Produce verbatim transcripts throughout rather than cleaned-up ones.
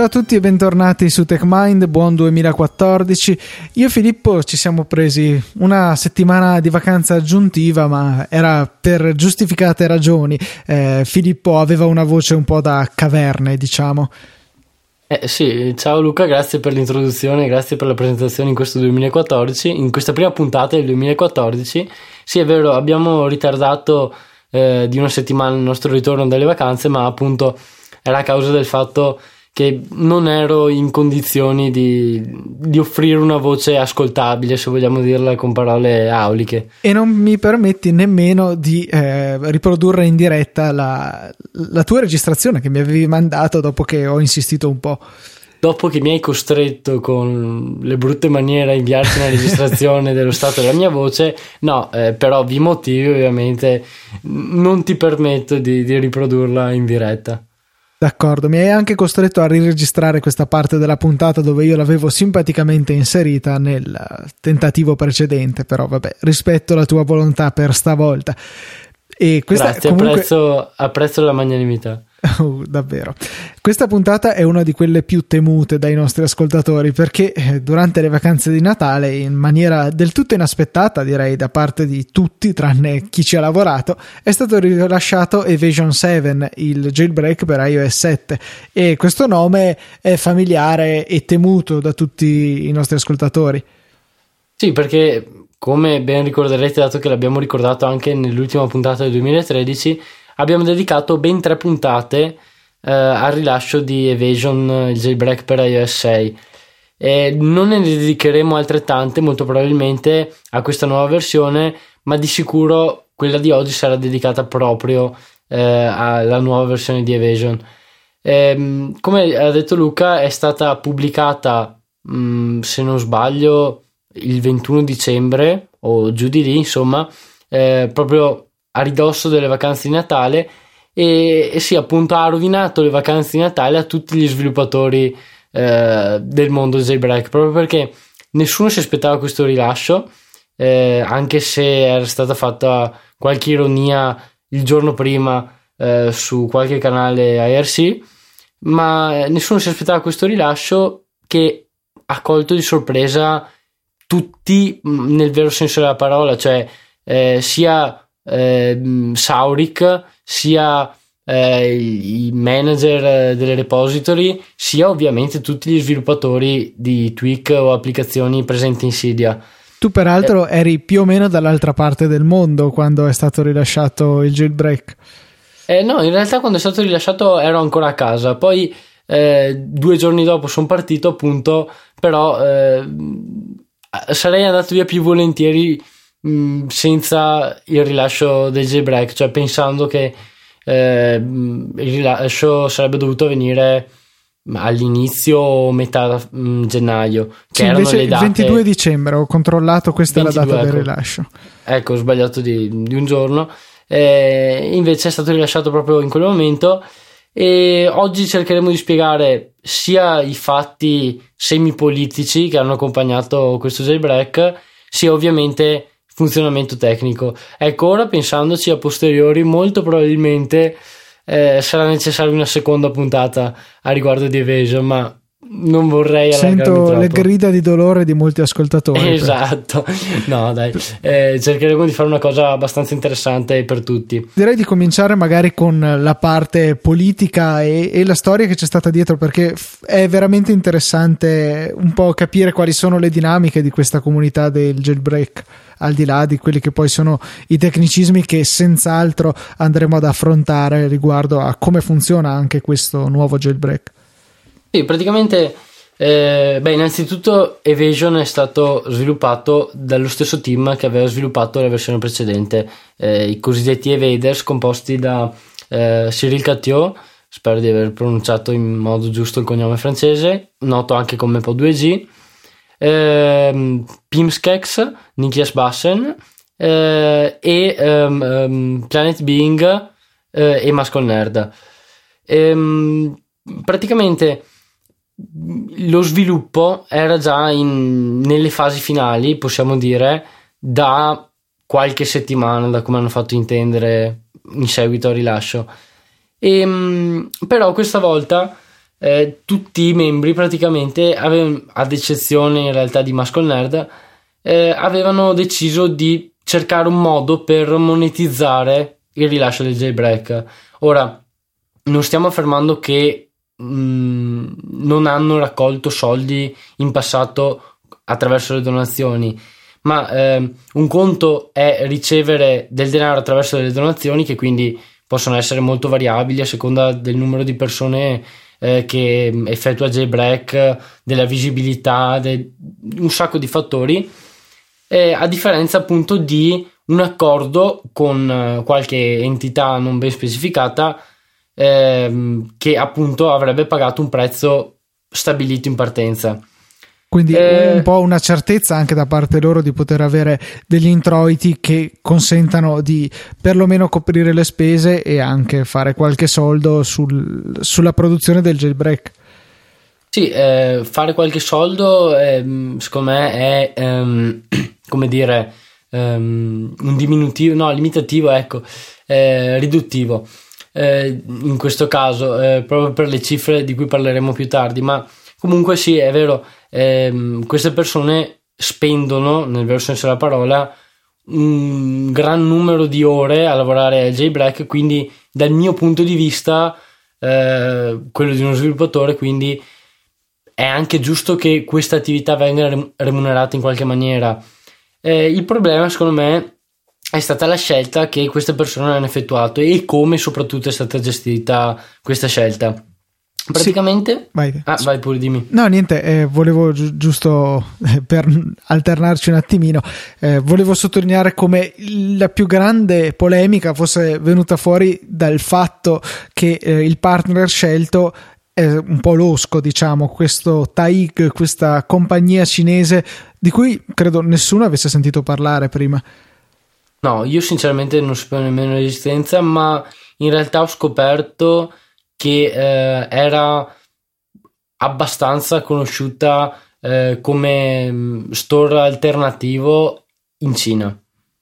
a tutti e bentornati su TechMind, buon duemilaquattordici. Io e Filippo ci siamo presi una settimana di vacanza aggiuntiva, ma era per giustificate ragioni. Eh, Filippo aveva una voce un po' da caverne, diciamo. Eh sì, ciao Luca, grazie per l'introduzione, grazie per la presentazione in questo duemilaquattordici, in questa prima puntata del duemilaquattordici. Sì, è vero, abbiamo ritardato eh, di una settimana il nostro ritorno dalle vacanze, ma appunto era a causa del fatto che non ero in condizioni di, di offrire una voce ascoltabile, se vogliamo dirla con parole auliche. E non mi permetti nemmeno di eh, riprodurre in diretta la, la tua registrazione che mi avevi mandato dopo che ho insistito un po'. Dopo che mi hai costretto con le brutte maniere a inviarti una registrazione dello stato della mia voce, no, eh, per ovvi motivi ovviamente non ti permetto di, di riprodurla in diretta. D'accordo, mi hai anche costretto a riregistrare questa parte della puntata dove io l'avevo simpaticamente inserita nel tentativo precedente, però vabbè, rispetto la tua volontà per stavolta. E questa, Grazie, comunque... apprezzo, apprezzo la magnanimità. Oh, davvero. Questa puntata è una di quelle più temute dai nostri ascoltatori perché durante le vacanze di Natale, in maniera del tutto inaspettata, direi da parte di tutti tranne chi ci ha lavorato, è stato rilasciato Evasion sette, il jailbreak per iOS sette, e questo nome è familiare e temuto da tutti i nostri ascoltatori. Sì, perché come ben ricorderete, dato che l'abbiamo ricordato anche nell'ultima puntata del duemilatredici, abbiamo dedicato ben tre puntate eh, al rilascio di Evasion, il jailbreak per iOS sei. E non ne dedicheremo altrettante, molto probabilmente, a questa nuova versione, ma di sicuro quella di oggi sarà dedicata proprio eh, alla nuova versione di Evasion. E, come ha detto Luca, è stata pubblicata, mh, se non sbaglio, il ventuno dicembre o giù di lì, insomma, eh, proprio a ridosso delle vacanze di Natale, e, e sì, appunto ha rovinato le vacanze di Natale a tutti gli sviluppatori eh, del mondo jailbreak, proprio perché nessuno si aspettava questo rilascio, eh, anche se era stata fatta qualche ironia il giorno prima eh, su qualche canale I R C, ma nessuno si aspettava questo rilascio, che ha colto di sorpresa tutti nel vero senso della parola, cioè eh, sia Eh, Saurik, sia eh, i manager delle repository, sia ovviamente tutti gli sviluppatori di tweak o applicazioni presenti in Cydia. Tu peraltro eh, eri più o meno dall'altra parte del mondo quando è stato rilasciato il jailbreak. Eh, no, in realtà quando è stato rilasciato ero ancora a casa, poi eh, due giorni dopo sono partito, appunto, però eh, sarei andato via più volentieri senza il rilascio del jailbreak, cioè pensando che eh, il rilascio sarebbe dovuto avvenire all'inizio o metà mh, gennaio, che sì, erano invece le date. Il ventidue dicembre ho controllato, questa ventidue, è la data ecco. del rilascio. Ecco, ho sbagliato di, di un giorno, eh, invece è stato rilasciato proprio in quel momento. E oggi cercheremo di spiegare sia i fatti semipolitici che hanno accompagnato questo jailbreak, sia ovviamente funzionamento tecnico. Ecco, ora pensandoci a posteriori, molto probabilmente eh, sarà necessaria una seconda puntata a riguardo di Evasion, ma non vorrei allargarmi Sento troppo. le grida di dolore di molti ascoltatori. Esatto, no dai, eh, cercheremo di fare una cosa abbastanza interessante per tutti. Direi di cominciare magari con la parte politica e, e la storia che c'è stata dietro, perché è veramente interessante un po' capire quali sono le dinamiche di questa comunità del jailbreak, al di là di quelli che poi sono i tecnicismi che senz'altro andremo ad affrontare riguardo a come funziona anche questo nuovo jailbreak. Sì, praticamente eh, beh, innanzitutto Evasion è stato sviluppato dallo stesso team che aveva sviluppato la versione precedente, eh, i cosiddetti Evaders, composti da eh, Cyril Cattiot, spero di aver pronunciato in modo giusto il cognome francese, noto anche come Pod due G, eh, Pim Skex, Nikias Bassen eh, e um, um, Planet Being eh, e Muscle Nerd. Ehm, praticamente lo sviluppo era già in, nelle fasi finali, possiamo dire, da qualche settimana, da come hanno fatto intendere in seguito al rilascio. E, però questa volta eh, tutti i membri praticamente avevano, ad eccezione in realtà di Muscle Nerd, eh, avevano deciso di cercare un modo per monetizzare il rilascio del jailbreak. Ora, non stiamo affermando che mh, non hanno raccolto soldi in passato attraverso le donazioni, ma eh, un conto è ricevere del denaro attraverso delle donazioni, che quindi possono essere molto variabili a seconda del numero di persone eh, che effettua jailbreak, della visibilità, de- un sacco di fattori, eh, a differenza appunto di un accordo con eh, qualche entità non ben specificata, ehm, che appunto avrebbe pagato un prezzo stabilito in partenza. Quindi Eh, un po' una certezza anche da parte loro di poter avere degli introiti che consentano di perlomeno coprire le spese e anche fare qualche soldo sul, sulla produzione del jailbreak. Sì, eh, fare qualche soldo ehm, secondo me è ehm, come dire ehm, un diminutivo, no, limitativo, ecco, eh, riduttivo eh, in questo caso, eh, proprio per le cifre di cui parleremo più tardi, ma comunque sì, è vero, ehm, queste persone spendono, nel vero senso della parola, un gran numero di ore a lavorare a jailbreak, quindi dal mio punto di vista, eh, quello di uno sviluppatore, quindi è anche giusto che questa attività venga remunerata in qualche maniera. Eh, il problema, secondo me, è stata la scelta che queste persone hanno effettuato e come soprattutto è stata gestita questa scelta. Praticamente, sì, vai. Ah, vai pure, dimmi. No, niente, eh, volevo gi- giusto eh, per alternarci un attimino, eh, volevo sottolineare come la più grande polemica fosse venuta fuori dal fatto che eh, il partner scelto è un po' losco, diciamo, questo Taig, questa compagnia cinese di cui credo nessuno avesse sentito parlare prima. No, io sinceramente non sapevo nemmeno l'esistenza, ma in realtà ho scoperto che eh, era abbastanza conosciuta eh, come store alternativo in Cina.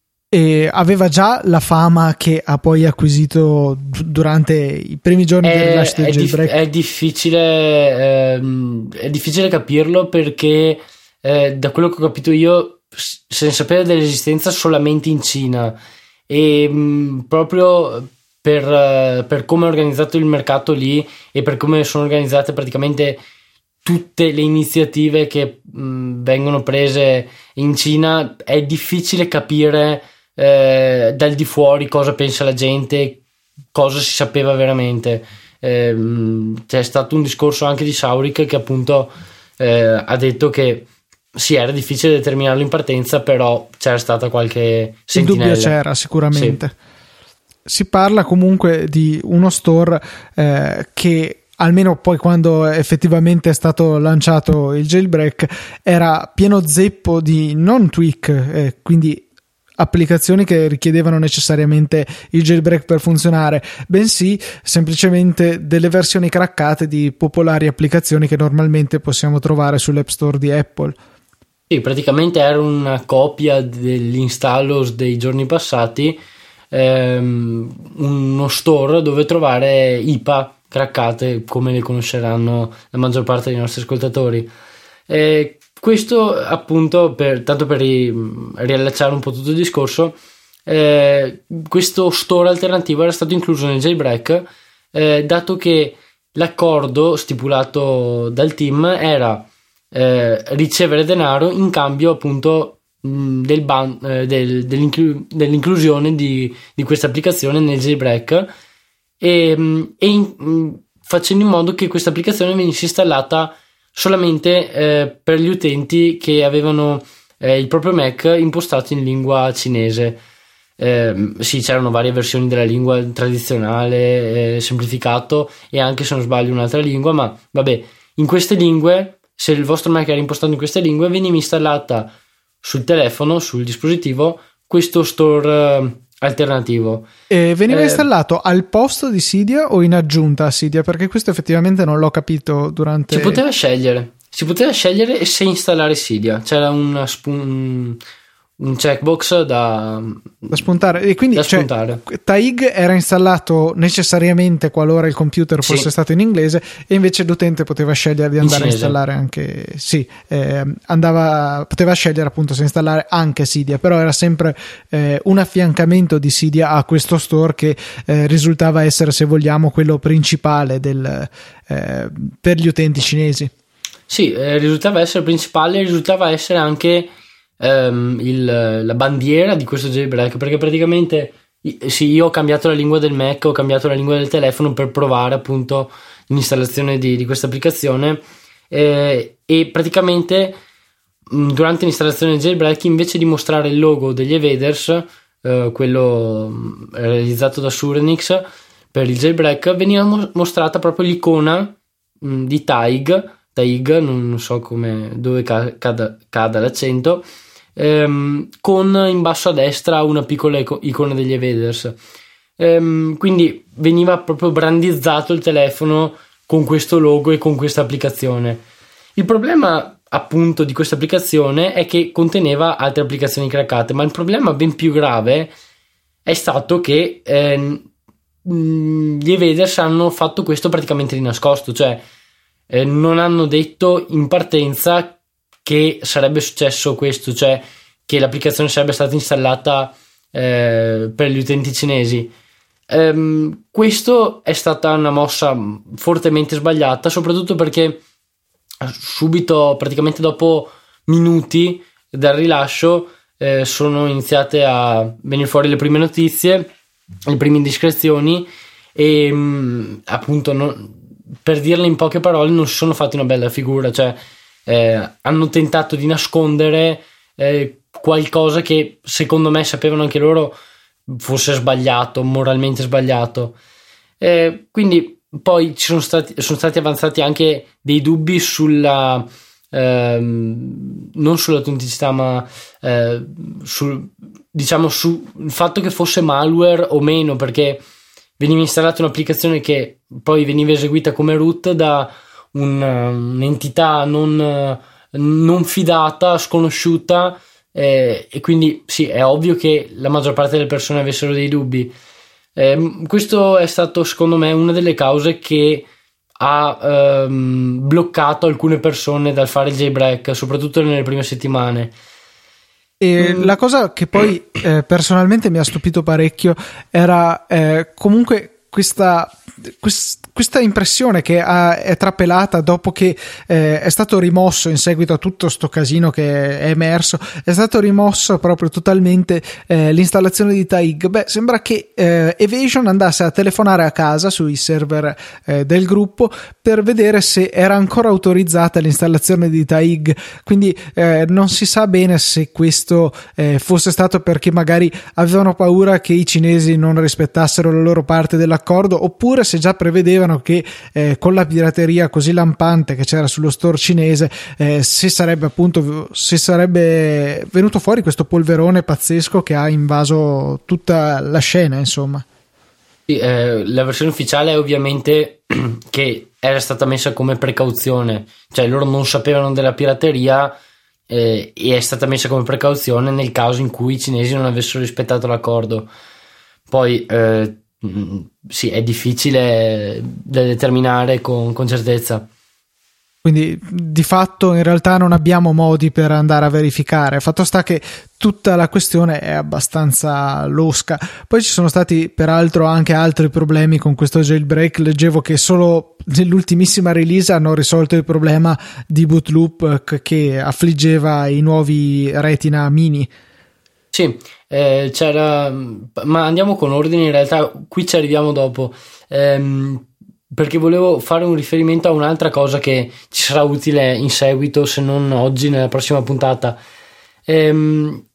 E aveva già la fama che ha poi acquisito durante i primi giorni È, del rilascio del è, dif- jailbreak. è difficile ehm, è difficile capirlo perché eh, da quello che ho capito io se ne sapeva dell'esistenza solamente in Cina e mh, proprio per, per come è organizzato il mercato lì e per come sono organizzate praticamente tutte le iniziative che mh, vengono prese in Cina, è difficile capire eh, dal di fuori cosa pensa la gente, cosa si sapeva veramente. Eh, c'è stato un discorso anche di Saurik che appunto eh, ha detto che sì, era difficile determinarlo in partenza, però c'era stata qualche sentinella. Il dubbio c'era sicuramente. Sì. Si parla comunque di uno store eh, che almeno poi quando effettivamente è stato lanciato il jailbreak era pieno zeppo di non tweak, eh, quindi applicazioni che richiedevano necessariamente il jailbreak per funzionare, bensì semplicemente delle versioni craccate di popolari applicazioni che normalmente possiamo trovare sull'App Store di Apple. Sì, praticamente era una copia dell'installo dei giorni passati, ehm, uno store dove trovare I P A craccate come le conosceranno la maggior parte dei nostri ascoltatori. E questo appunto per, tanto per ri, riallacciare un po' tutto il discorso, eh, questo store alternativo era stato incluso nel jailbreak, eh, dato che l'accordo stipulato dal team era eh, ricevere denaro in cambio appunto mh, del ban, eh, del, dell'inclu- dell'inclusione di, di questa applicazione nel jailbreak e, e in, facendo in modo che questa applicazione venisse installata solamente eh, per gli utenti che avevano eh, il proprio Mac impostato in lingua cinese. Eh, sì, c'erano varie versioni della lingua tradizionale, eh, semplificato e anche, se non sbaglio, un'altra lingua, ma vabbè, in queste lingue, se il vostro Mac era impostato in queste lingue, veniva installata sul telefono, sul dispositivo, questo store eh, alternativo. E veniva eh, installato al posto di Cydia o in aggiunta a Cydia? Perché questo effettivamente non l'ho capito durante... Si poteva scegliere, si poteva scegliere se installare Cydia. C'era una spun- un checkbox da, da spuntare, e quindi da cioè, spuntare. Taig era installato necessariamente qualora il computer fosse sì. stato in inglese, e invece l'utente poteva scegliere di andare a installare anche sì, eh, andava, poteva scegliere appunto se installare anche Cydia, però era sempre eh, un affiancamento di Cydia a questo store che eh, risultava essere, se vogliamo, quello principale del, eh, per gli utenti cinesi. Sì, eh, risultava essere principale, risultava essere anche Um, il, la bandiera di questo jailbreak, perché praticamente sì, io ho cambiato la lingua del Mac, ho cambiato la lingua del telefono per provare appunto l'installazione di, di questa applicazione, eh, e praticamente mh, durante l'installazione del jailbreak, invece di mostrare il logo degli evaders, eh, quello mh, realizzato da Surenix per il jailbreak, veniva mo- mostrata proprio l'icona mh, di Taig Taig, non so come, dove cada, cada l'accento, ehm, con in basso a destra una piccola icona degli evaders. Ehm, quindi veniva proprio brandizzato il telefono con questo logo e con questa applicazione. Il problema appunto di questa applicazione è che conteneva altre applicazioni craccate, ma il problema ben più grave è stato che ehm, gli evaders hanno fatto questo praticamente di nascosto, cioè Eh, non hanno detto in partenza che sarebbe successo questo, cioè che l'applicazione sarebbe stata installata eh, per gli utenti cinesi. Ehm, questo è stata una mossa fortemente sbagliata, soprattutto perché subito, praticamente dopo minuti dal rilascio, eh, sono iniziate a venire fuori le prime notizie, le prime indiscrezioni, e mh, appunto non, per dirle in poche parole, non si sono fatti una bella figura, cioè eh, hanno tentato di nascondere eh, qualcosa che secondo me sapevano anche loro fosse sbagliato, moralmente sbagliato. Eh, quindi poi ci sono stati, sono stati avanzati anche dei dubbi sulla ehm, non sull'autenticità, ma eh, sul, diciamo sul fatto che fosse malware o meno, perché veniva installata un'applicazione che poi veniva eseguita come root da un, un'entità non, non fidata, sconosciuta, eh, e quindi sì, è ovvio che la maggior parte delle persone avessero dei dubbi. Eh, questo è stato secondo me una delle cause che ha ehm, bloccato alcune persone dal fare il jailbreak, soprattutto nelle prime settimane. E la cosa che poi eh, personalmente mi ha stupito parecchio era eh, comunque questa, quest, questa impressione che ha, è trapelata dopo che eh, è stato rimosso, in seguito a tutto sto casino che è emerso, è stato rimosso proprio totalmente eh, l'installazione di Taig. Beh, sembra che eh, Evasion andasse a telefonare a casa sui server eh, del gruppo per vedere se era ancora autorizzata l'installazione di Taig, quindi eh, non si sa bene se questo eh, fosse stato perché magari avevano paura che i cinesi non rispettassero la loro parte dell'accordo, oppure se già prevedevano che eh, con la pirateria così lampante che c'era sullo store cinese eh, se sarebbe appunto se sarebbe venuto fuori questo polverone pazzesco che ha invaso tutta la scena, insomma. Sì, eh, la versione ufficiale è ovviamente che era stata messa come precauzione, cioè loro non sapevano della pirateria eh, e è stata messa come precauzione nel caso in cui i cinesi non avessero rispettato l'accordo. Poi eh, sì, è difficile da determinare con, con certezza. Quindi di fatto in realtà non abbiamo modi per andare a verificare. Fatto sta che tutta la questione è abbastanza losca. Poi ci sono stati peraltro anche altri problemi con questo jailbreak. Leggevo che solo nell'ultimissima release hanno risolto il problema di boot loop che affliggeva i nuovi Retina mini. Sì, eh, c'era, ma andiamo con ordine, in realtà qui ci arriviamo dopo, ehm, perché volevo fare un riferimento a un'altra cosa che ci sarà utile in seguito, se non oggi, nella prossima puntata. Ehm,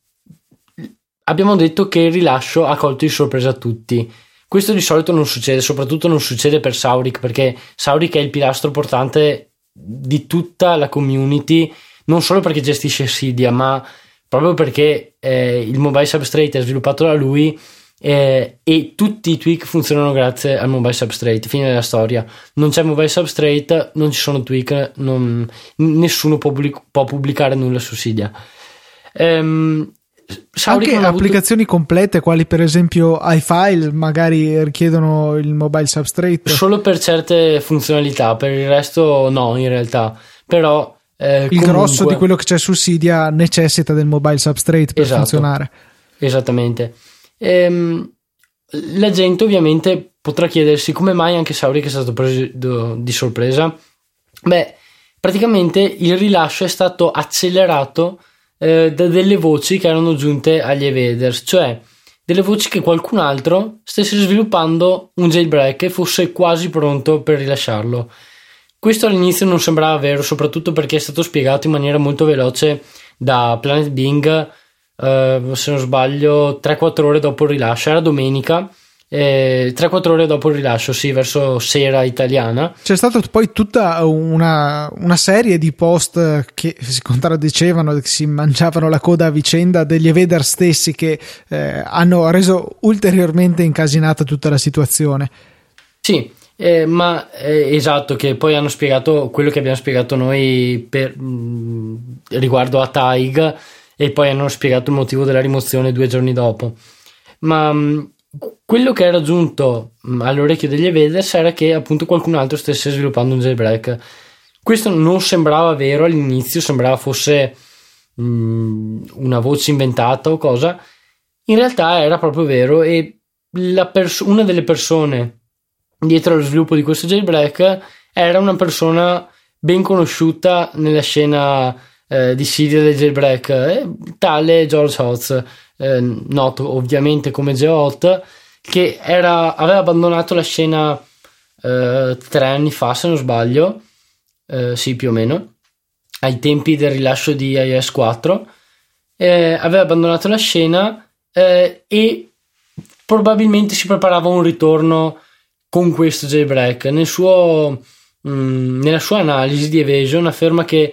abbiamo detto che il rilascio ha colto di sorpresa tutti. Questo di solito non succede, soprattutto non succede per Saurik, perché Saurik è il pilastro portante di tutta la community, non solo perché gestisce Cydia, ma proprio perché eh, il mobile substrate è sviluppato da lui eh, e tutti i tweak funzionano grazie al mobile substrate. Fine della storia. Non c'è mobile substrate, non ci sono tweak, non, nessuno può, pubblic- può pubblicare nulla su Cydia. Ehm, Anche applicazioni avuto... complete, quali per esempio iFile, magari richiedono il mobile substrate. Solo per certe funzionalità, per il resto no, in realtà. Però eh, il comunque... grosso di quello che c'è su Cydia necessita del mobile substrate per esatto, funzionare. Esattamente. Ehm, la gente ovviamente potrà chiedersi come mai anche Sauric è stato preso di sorpresa. Beh, praticamente il rilascio è stato accelerato eh, da delle voci che erano giunte agli evaders, cioè delle voci che qualcun altro stesse sviluppando un jailbreak e fosse quasi pronto per rilasciarlo. Questo all'inizio non sembrava vero, soprattutto perché è stato spiegato in maniera molto veloce da Planet Bing, eh, se non sbaglio tre quattro ore dopo il rilascio. Era domenica, eh, tre quattro ore dopo il rilascio, sì, verso sera italiana. C'è stata poi tutta una, una serie di post che si contraddicevano, che si mangiavano la coda a vicenda, degli evader stessi, che eh, hanno reso ulteriormente incasinata tutta la situazione. Sì, eh, ma eh, esatto, che poi hanno spiegato quello che abbiamo spiegato noi per, mh, riguardo a Taig, e poi hanno spiegato il motivo della rimozione due giorni dopo. Ma mh, quello che era giunto all'orecchio degli evaders era che appunto qualcun altro stesse sviluppando un jailbreak. Questo non sembrava vero all'inizio, sembrava fosse mh, una voce inventata o cosa. In realtà era proprio vero, e la pers- una delle persone dietro allo sviluppo di questo jailbreak era una persona ben conosciuta nella scena eh, di Cydia del jailbreak, eh, tale George Hotz, eh, noto ovviamente come Geohot, che era, aveva abbandonato la scena eh, tre anni fa, se non sbaglio, eh, sì, più o meno, ai tempi del rilascio di iOS quattro. Eh, aveva abbandonato la scena eh, e probabilmente si preparava un ritorno con questo jailbreak. Nel suo, mh, nella sua analisi di Evasion afferma che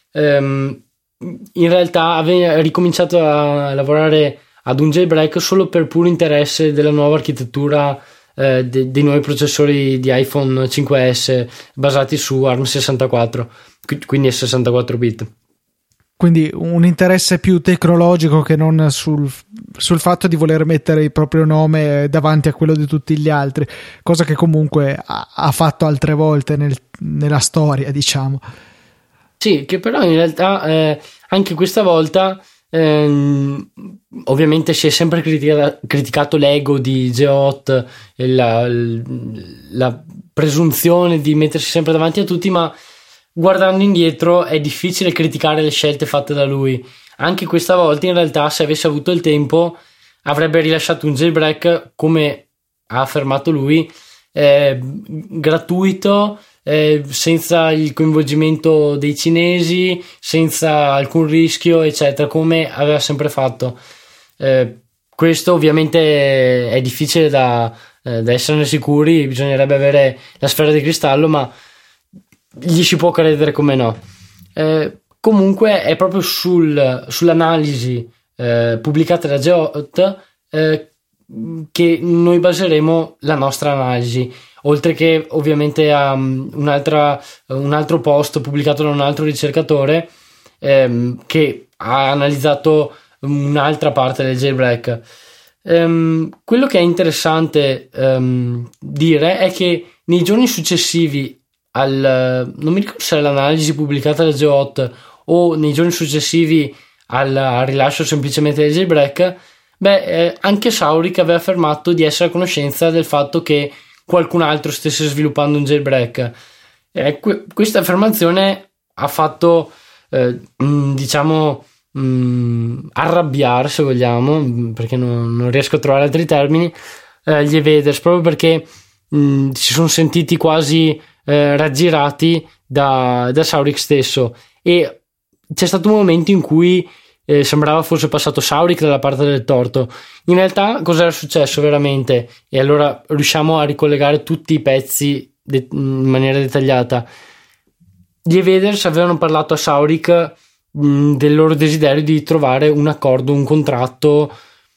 um, in realtà aveva ricominciato a lavorare ad un jailbreak solo per puro interesse della nuova architettura eh, de- dei nuovi processori di iPhone cinque S basati su ARM sessantaquattro, quindi sessantaquattro bit. Quindi un interesse più tecnologico che non sul, sul fatto di voler mettere il proprio nome davanti a quello di tutti gli altri, cosa che comunque ha, ha fatto altre volte nel, nella storia, diciamo. Sì, che però in realtà eh, anche questa volta ehm, ovviamente si è sempre critica- criticato l'ego di Geohot, la, la presunzione di mettersi sempre davanti a tutti, ma guardando indietro è difficile criticare le scelte fatte da lui. Anche questa volta in realtà, se avesse avuto il tempo, avrebbe rilasciato un jailbreak, come ha affermato lui, eh, gratuito, eh, senza il coinvolgimento dei cinesi, senza alcun rischio, eccetera, come aveva sempre fatto. Eh, questo ovviamente è difficile da, eh, da esserne sicuri, bisognerebbe avere la sfera di cristallo, ma gli si può credere come no. Eh, comunque è proprio sul, sull'analisi eh, pubblicata da Geohot eh, che noi baseremo la nostra analisi, oltre che ovviamente a um, un'altra, un altro post pubblicato da un altro ricercatore ehm, che ha analizzato un'altra parte del jailbreak. Ehm, quello che è interessante ehm, dire è che nei giorni successivi al, non mi ricordo se è l'analisi pubblicata da Geohot o nei giorni successivi al, al rilascio semplicemente del jailbreak, beh, eh, anche Sauric aveva affermato di essere a conoscenza del fatto che qualcun altro stesse sviluppando un jailbreak. Eh, que- questa affermazione ha fatto eh, mh, diciamo mh, arrabbiare, se vogliamo, perché non, non riesco a trovare altri termini, eh, gli evaders, proprio perché mh, si sono sentiti quasi Eh, raggirati da, da Sauric stesso, e c'è stato un momento in cui eh, sembrava fosse passato Sauric dalla parte del torto. In realtà cosa era successo veramente? E allora riusciamo a ricollegare tutti i pezzi de- in maniera dettagliata. Gli evaders avevano parlato a Sauric mh, del loro desiderio di trovare un accordo, un contratto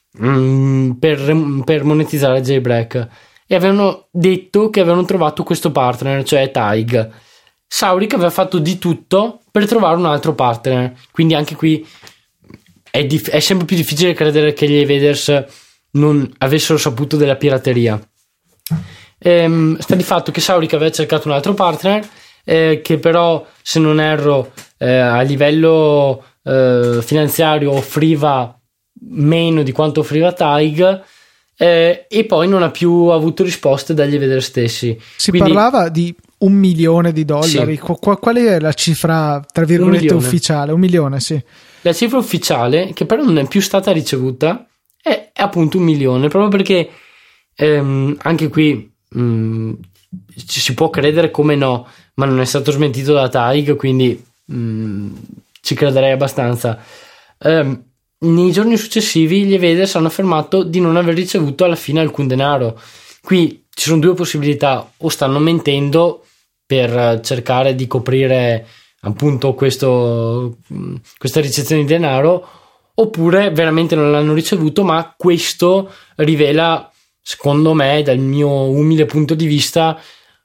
mh, per, per monetizzare il jailbreak, e avevano detto che avevano trovato questo partner, cioè Taig. Sauric aveva fatto di tutto per trovare un altro partner, quindi anche qui è, dif- è sempre più difficile credere che gli evaders non avessero saputo della pirateria. Ehm, sta di fatto che Sauric aveva cercato un altro partner, eh, che però, se non erro, eh, a livello eh, finanziario offriva meno di quanto offriva Taig, eh, e poi non ha più avuto risposte dagli evader stessi. Si Quindi, parlava di un milione di dollari. Sì. Qu- qual è la cifra, tra virgolette, ufficiale? Un milione, sì. La cifra ufficiale, che però non è più stata ricevuta, è, è appunto un milione, proprio perché ehm, anche qui mh, ci si può credere come no, ma non è stato smentito da Taig, quindi mh, ci crederei abbastanza. Ehm, nei giorni successivi gli evaders hanno affermato di non aver ricevuto alla fine alcun denaro. Qui ci sono due possibilità: o stanno mentendo per cercare di coprire appunto questo, questa ricezione di denaro, oppure veramente non l'hanno ricevuto, ma questo rivela, secondo me, dal mio umile punto di vista,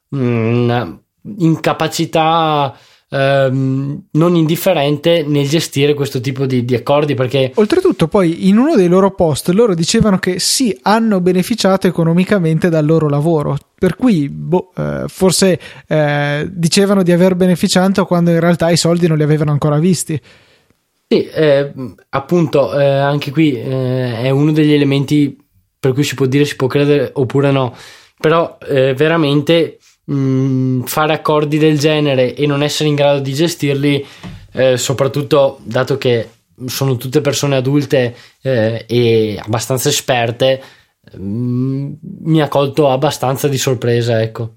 un'incapacità ehm, non indifferente nel gestire questo tipo di, di accordi, perché oltretutto poi in uno dei loro post loro dicevano che sì, hanno beneficiato economicamente dal loro lavoro, per cui boh, eh, forse eh, dicevano di aver beneficiato quando in realtà i soldi non li avevano ancora visti. Sì, eh, appunto, eh, anche qui eh, è uno degli elementi per cui si può dire, si può credere oppure no, però eh, veramente mh, fare accordi del genere e non essere in grado di gestirli, eh, soprattutto dato che sono tutte persone adulte eh, e abbastanza esperte, mh, mi ha colto abbastanza di sorpresa, ecco.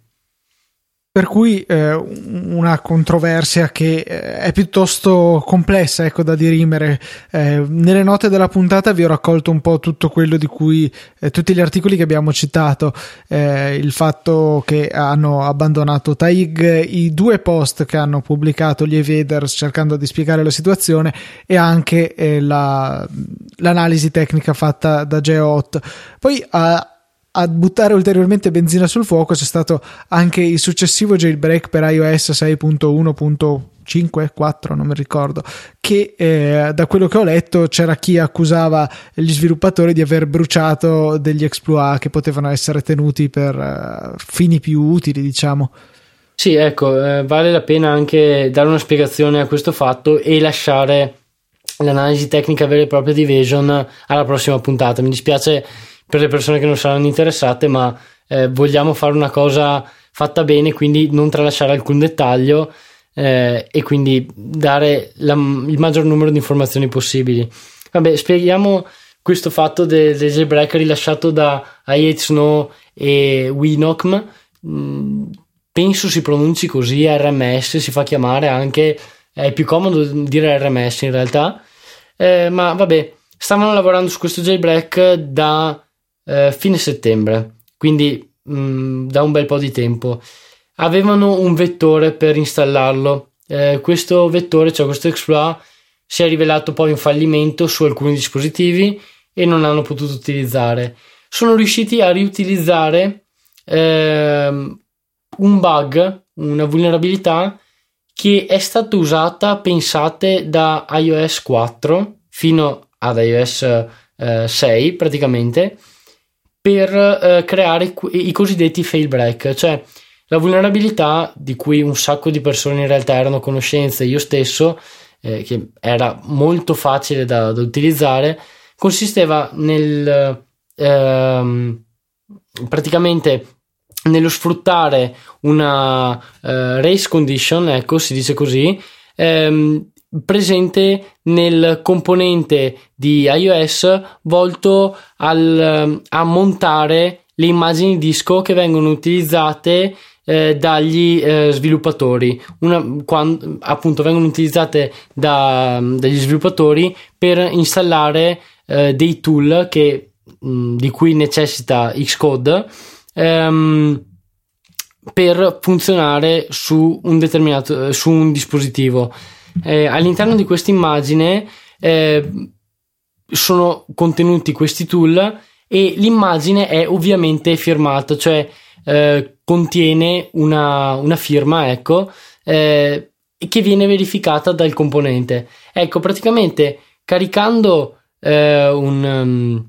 Per cui eh, una controversia che eh, è piuttosto complessa, ecco, da dirimere. Eh, nelle note della puntata vi ho raccolto un po' tutto quello di cui eh, tutti gli articoli che abbiamo citato, eh, il fatto che hanno abbandonato Taig, i due post che hanno pubblicato gli evaders cercando di spiegare la situazione, e anche eh, la, l'analisi tecnica fatta da Geohot. Poi a A buttare ulteriormente benzina sul fuoco c'è stato anche il successivo jailbreak per iOS sei punto uno punto cinque quattro, non mi ricordo, che eh, da quello che ho letto c'era chi accusava gli sviluppatori di aver bruciato degli exploit che potevano essere tenuti per uh, fini più utili, diciamo. Sì, ecco, eh, vale la pena anche dare una spiegazione a questo fatto e lasciare l'analisi tecnica vera e propria di Evasion alla prossima puntata. Mi dispiace per le persone che non saranno interessate, ma eh, vogliamo fare una cosa fatta bene, quindi non tralasciare alcun dettaglio eh, e quindi dare la, il maggior numero di informazioni possibili. Vabbè, spieghiamo questo fatto del, del jailbreak rilasciato da I H Snow e Winocm. Mm, penso si pronunci così, R M S si fa chiamare, anche è più comodo dire R M S in realtà, eh, ma vabbè, stavano lavorando su questo jailbreak da Uh, fine settembre, quindi mh, da un bel po' di tempo. Avevano un vettore per installarlo, uh, questo vettore, cioè questo exploit, si è rivelato poi un fallimento su alcuni dispositivi e non hanno potuto utilizzare. Sono riusciti a riutilizzare uh, un bug, una vulnerabilità che è stata usata, pensate, da iOS quattro fino ad iOS uh, sei praticamente, per eh, creare i cosiddetti failbreak, cioè la vulnerabilità di cui un sacco di persone in realtà erano a conoscenza, io stesso, eh, che era molto facile da, da utilizzare, consisteva nel ehm, praticamente nello sfruttare una eh, race condition, ecco, si dice così, ehm, presente nel componente di iOS volto al, a montare le immagini disco che vengono utilizzate eh, dagli eh, sviluppatori, una, quando, appunto vengono utilizzate da, dagli sviluppatori per installare eh, dei tool che, mh, di cui necessita Xcode ehm, per funzionare su un determinato su un dispositivo. Eh, all'interno di questa immagine eh, sono contenuti questi tool e l'immagine è ovviamente firmata, cioè eh, contiene una, una firma, ecco, eh, che viene verificata dal componente. Ecco, praticamente caricando eh, un, um,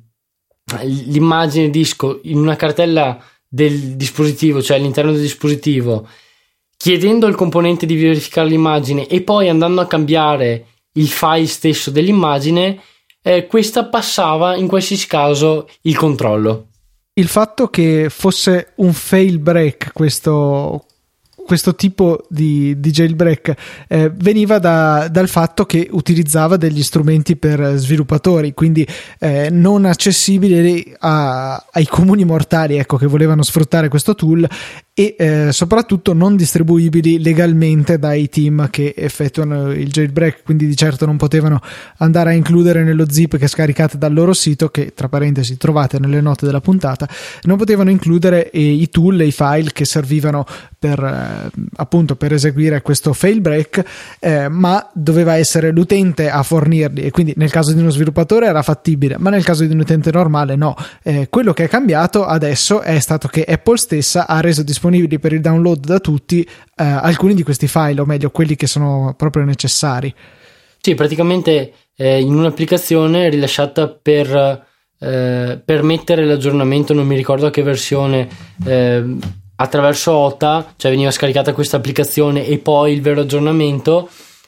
l'immagine disco in una cartella del dispositivo, cioè all'interno del dispositivo, chiedendo al componente di verificare l'immagine e poi andando a cambiare il file stesso dell'immagine, eh, questa passava in qualsiasi caso il controllo. Il fatto che fosse un fail break questo questo tipo di, di jailbreak eh, veniva da, dal fatto che utilizzava degli strumenti per sviluppatori, quindi eh, non accessibili a, ai comuni mortali, ecco, che volevano sfruttare questo tool, e eh, soprattutto non distribuibili legalmente dai team che effettuano il jailbreak, quindi di certo non potevano andare a includere nello zip che scaricate dal loro sito, che tra parentesi trovate nelle note della puntata, non potevano includere eh, i tool e i file che servivano per eh, appunto per eseguire questo fail break, eh, ma doveva essere l'utente a fornirli, e quindi nel caso di uno sviluppatore era fattibile, ma nel caso di un utente normale no. Eh, quello che è cambiato adesso è stato che Apple stessa ha reso disponibili per il download da tutti eh, alcuni di questi file, o meglio quelli che sono proprio necessari. Sì, praticamente eh, in un'applicazione rilasciata per eh, permettere l'aggiornamento, non mi ricordo a che versione, eh, attraverso O T A, cioè veniva scaricata questa applicazione e poi il vero aggiornamento,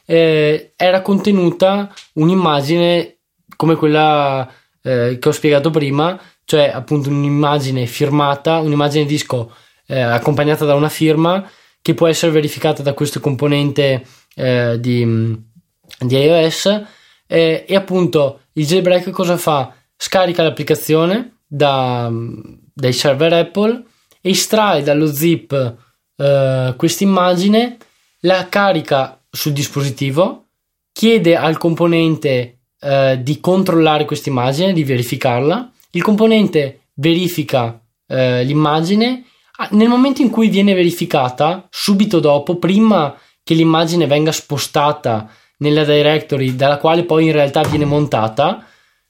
eh, era contenuta un'immagine come quella eh, che ho spiegato prima, cioè appunto un'immagine firmata, un'immagine disco eh, accompagnata da una firma che può essere verificata da questo componente eh, di, di iOS, eh, e appunto il jailbreak cosa fa? Scarica l'applicazione da, dai server Apple, estrae dallo zip eh, questa immagine, la carica sul dispositivo, chiede al componente eh, di controllare questa immagine, di verificarla, il componente verifica eh, l'immagine. Nel momento in cui viene verificata, subito dopo, prima che l'immagine venga spostata nella directory dalla quale poi in realtà viene montata,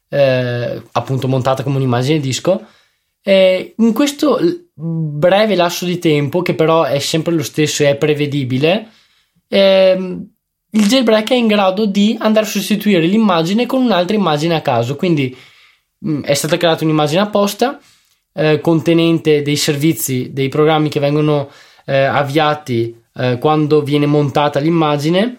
eh, appunto montata come un'immagine disco, eh, in questo breve lasso di tempo, che però è sempre lo stesso e è prevedibile, eh, il jailbreak è in grado di andare a sostituire l'immagine con un'altra immagine a caso. Quindi mh, è stata creata un'immagine apposta eh, contenente dei servizi, dei programmi che vengono eh, avviati eh, quando viene montata l'immagine.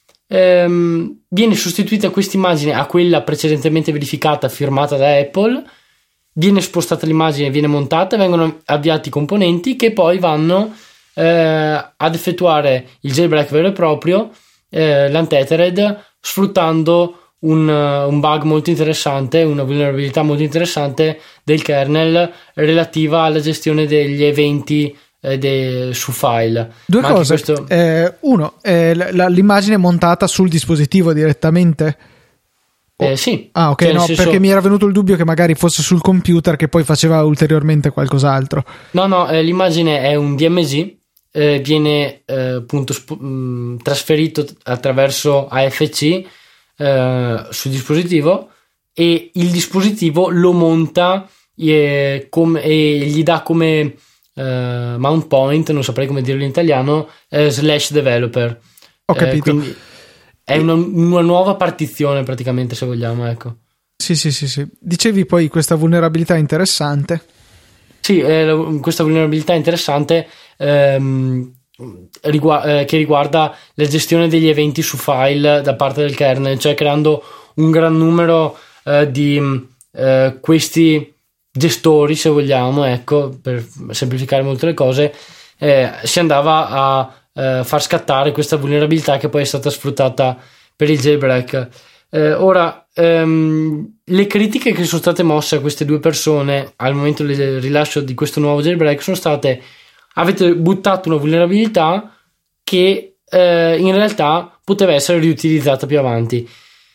Ehm, viene sostituita questa immagine a quella precedentemente verificata, firmata da Apple, viene spostata l'immagine, viene montata, vengono avviati i componenti che poi vanno eh, ad effettuare il jailbreak vero e proprio, eh, l'untethered, sfruttando un, un bug molto interessante, una vulnerabilità molto interessante del kernel relativa alla gestione degli eventi eh, de, su file. Due Ma cose, questo... eh, uno, eh, la, l'immagine montata sul dispositivo direttamente? Eh, sì. Ah, ok, cioè, no, senso... perché mi era venuto il dubbio che magari fosse sul computer che poi faceva ulteriormente qualcos'altro. No, no, eh, l'immagine è un D M Z, eh, viene eh, appunto sp- mh, trasferito attraverso A F C eh, sul dispositivo, e il dispositivo lo monta e, com- e gli dà come eh, mount point, non saprei come dirlo in italiano, eh, slash developer. Ho capito. Eh, quindi è una, una nuova partizione praticamente, se vogliamo, ecco. Sì, sì, sì, sì. Dicevi poi questa vulnerabilità interessante. Sì, eh, questa vulnerabilità interessante ehm, rigu- eh, che riguarda la gestione degli eventi su file da parte del kernel, cioè creando un gran numero eh, di eh, questi gestori, se vogliamo, ecco, per semplificare molto le cose, eh, si andava a eh, far scattare questa vulnerabilità che poi è stata sfruttata per il jailbreak. Eh, ora, ehm, le critiche che sono state mosse a queste due persone al momento del rilascio di questo nuovo jailbreak sono state: avete buttato una vulnerabilità che eh, in realtà poteva essere riutilizzata più avanti.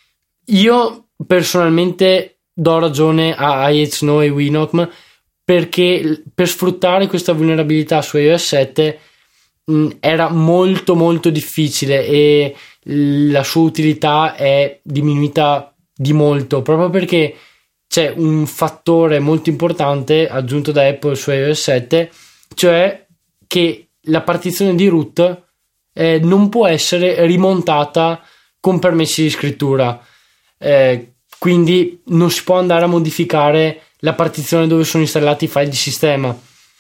Io personalmente do ragione a I H Snow e Winocm, perché per sfruttare questa vulnerabilità su iOS sette mh, era molto molto difficile e la sua utilità è diminuita di molto, proprio perché c'è un fattore molto importante aggiunto da Apple su iOS sette, cioè che la partizione di root eh, non può essere rimontata con permessi di scrittura. eh, quindi non si può andare a modificare la partizione dove sono installati i file di sistema.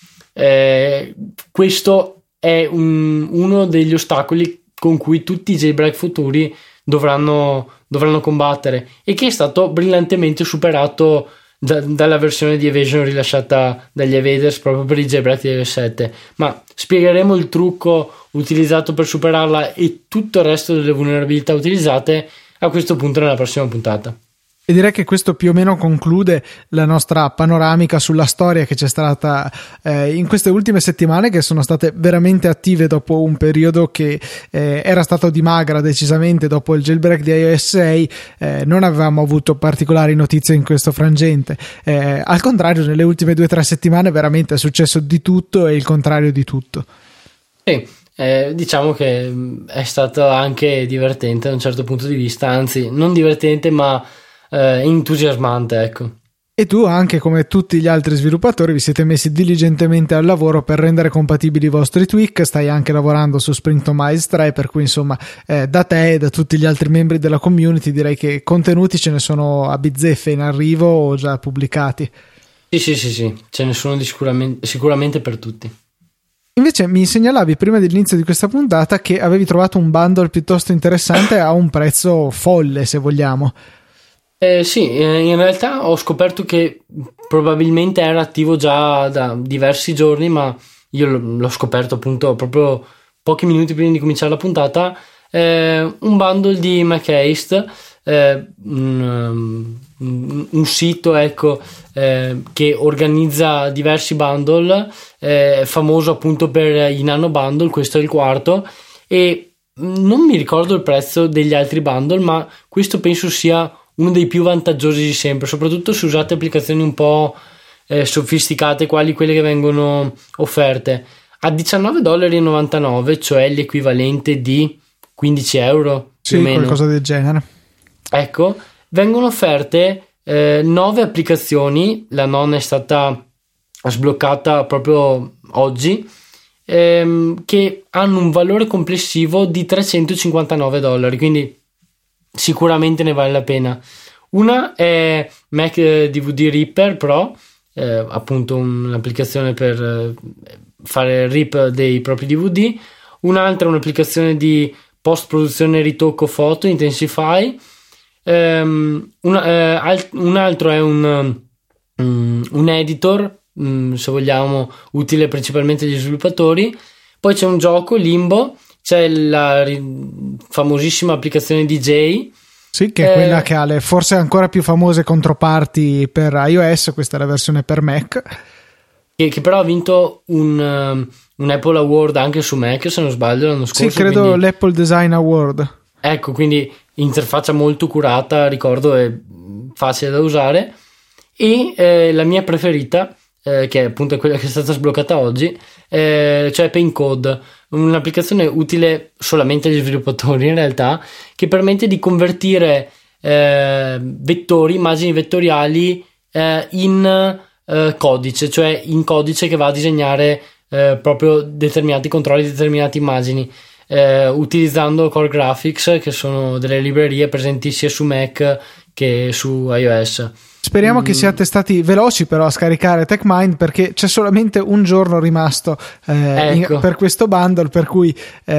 Eh, questo è un, uno degli ostacoli con cui tutti i jailbreak futuri dovranno, dovranno combattere, e che è stato brillantemente superato da, dalla versione di Evasion rilasciata dagli Evaders proprio per il jailbreak di iOS sette. Ma spiegheremo il trucco utilizzato per superarla e tutto il resto delle vulnerabilità utilizzate a questo punto nella prossima puntata. E direi che questo più o meno conclude la nostra panoramica sulla storia che c'è stata eh, in queste ultime settimane, che sono state veramente attive dopo un periodo che eh, era stato dimagra decisamente dopo il jailbreak di iOS sei. Eh, non avevamo avuto particolari notizie in questo frangente. Eh, al contrario, nelle ultime due o tre settimane veramente è successo di tutto e il contrario di tutto. Sì, eh, diciamo che è stato anche divertente da un certo punto di vista, anzi non divertente ma Eh, entusiasmante, ecco. E tu, anche come tutti gli altri sviluppatori, vi siete messi diligentemente al lavoro per rendere compatibili i vostri tweak. Stai anche lavorando su Spring Tomize tre, per cui insomma eh, da te e da tutti gli altri membri della community direi che contenuti ce ne sono a bizzeffe in arrivo o già pubblicati. Sì sì sì sì, ce ne sono di sicuramente, sicuramente per tutti. Invece mi segnalavi prima dell'inizio di questa puntata che avevi trovato un bundle piuttosto interessante a un prezzo folle, se vogliamo. Eh, sì, eh, in realtà ho scoperto che probabilmente era attivo già da diversi giorni, ma io l- l'ho scoperto appunto proprio pochi minuti prima di cominciare la puntata. Eh, un bundle di MacHaste, eh, un, um, un sito ecco eh, che organizza diversi bundle, eh, famoso appunto per i nano bundle. Questo è il quarto e non mi ricordo il prezzo degli altri bundle, ma questo penso sia uno dei più vantaggiosi di sempre, soprattutto se usate applicazioni un po' eh, sofisticate quali quelle che vengono offerte a diciannove virgola novantanove dollari, cioè l'equivalente di quindici euro sì, più o meno, qualcosa del genere. Ecco, vengono offerte eh, nove applicazioni. La nonna è stata sbloccata proprio oggi, ehm, che hanno un valore complessivo di trecentocinquantanove dollari, quindi sicuramente ne vale la pena. Una è Mac D V D Ripper Pro, eh, appunto un'applicazione per eh, fare il rip dei propri D V D. Un'altra è un'applicazione di post produzione e ritocco foto, Intensify. Um, una, eh, alt- un altro è un, um, un editor, um, se vogliamo, utile principalmente agli sviluppatori. Poi c'è un gioco, Limbo. C'è la ri- famosissima applicazione D J, sì, che è eh, quella che ha le forse ancora più famose controparti per iOS. Questa è la versione per Mac, che, che però ha vinto un, um, un Apple Award anche su Mac, se non sbaglio, l'anno scorso. Sì, credo quindi, l'Apple Design Award. ecco, quindi interfaccia molto curata, ricordo, è facile da usare. E eh, la mia preferita, eh, che è appunto quella che è stata sbloccata oggi, eh, cioè PaintCode, un'applicazione utile solamente agli sviluppatori in realtà, che permette di convertire eh, vettori, immagini vettoriali eh, in eh, codice, cioè in codice che va a disegnare eh, proprio determinati controlli, determinate immagini, eh, utilizzando Core Graphics, che sono delle librerie presenti sia su Mac che su iOS. Speriamo mm. che siate stati veloci però a scaricare TechMind, perché c'è solamente un giorno rimasto eh, ecco. in, per questo bundle, per cui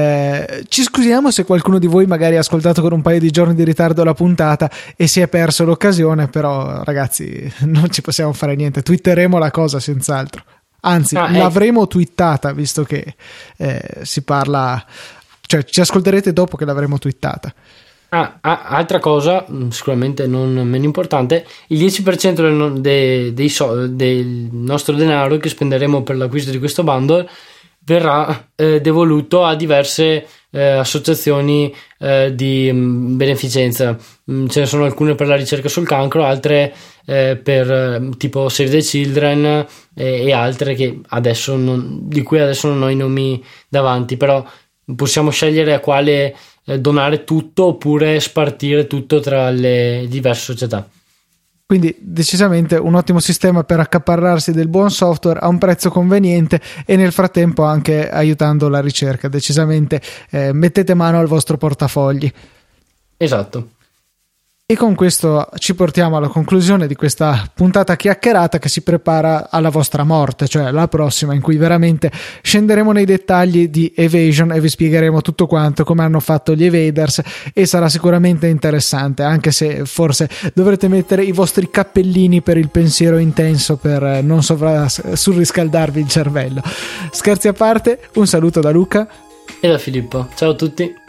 eh, ci scusiamo se qualcuno di voi magari ha ascoltato con un paio di giorni di ritardo la puntata e si è perso l'occasione, però ragazzi non ci possiamo fare niente, twitteremo la cosa senz'altro, anzi ah, l'avremo ecco. twittata, visto che eh, si parla, cioè ci ascolterete dopo che l'avremo twittata. Ah, ah, altra cosa, sicuramente non meno importante, il dieci per cento del, de, dei so, del nostro denaro che spenderemo per l'acquisto di questo bundle verrà eh, devoluto a diverse eh, associazioni eh, di mh, beneficenza. Mh, ce ne sono alcune per la ricerca sul cancro, altre eh, per eh, tipo Save the Children eh, e altre che adesso non, di cui adesso non ho i nomi davanti, però possiamo scegliere a quale donare tutto oppure spartire tutto tra le diverse società. Quindi decisamente un ottimo sistema per accaparrarsi del buon software a un prezzo conveniente e nel frattempo anche aiutando la ricerca. Decisamente eh, mettete mano al vostro portafogli. Esatto. E con questo ci portiamo alla conclusione di questa puntata chiacchierata che si prepara alla vostra morte, cioè la prossima, in cui veramente scenderemo nei dettagli di Evasion e vi spiegheremo tutto quanto, come hanno fatto gli Evaders, e sarà sicuramente interessante, anche se forse dovrete mettere i vostri cappellini per il pensiero intenso, per non sovra- surriscaldarvi il cervello. Scherzi a parte, un saluto da Luca e da Filippo. Ciao a tutti.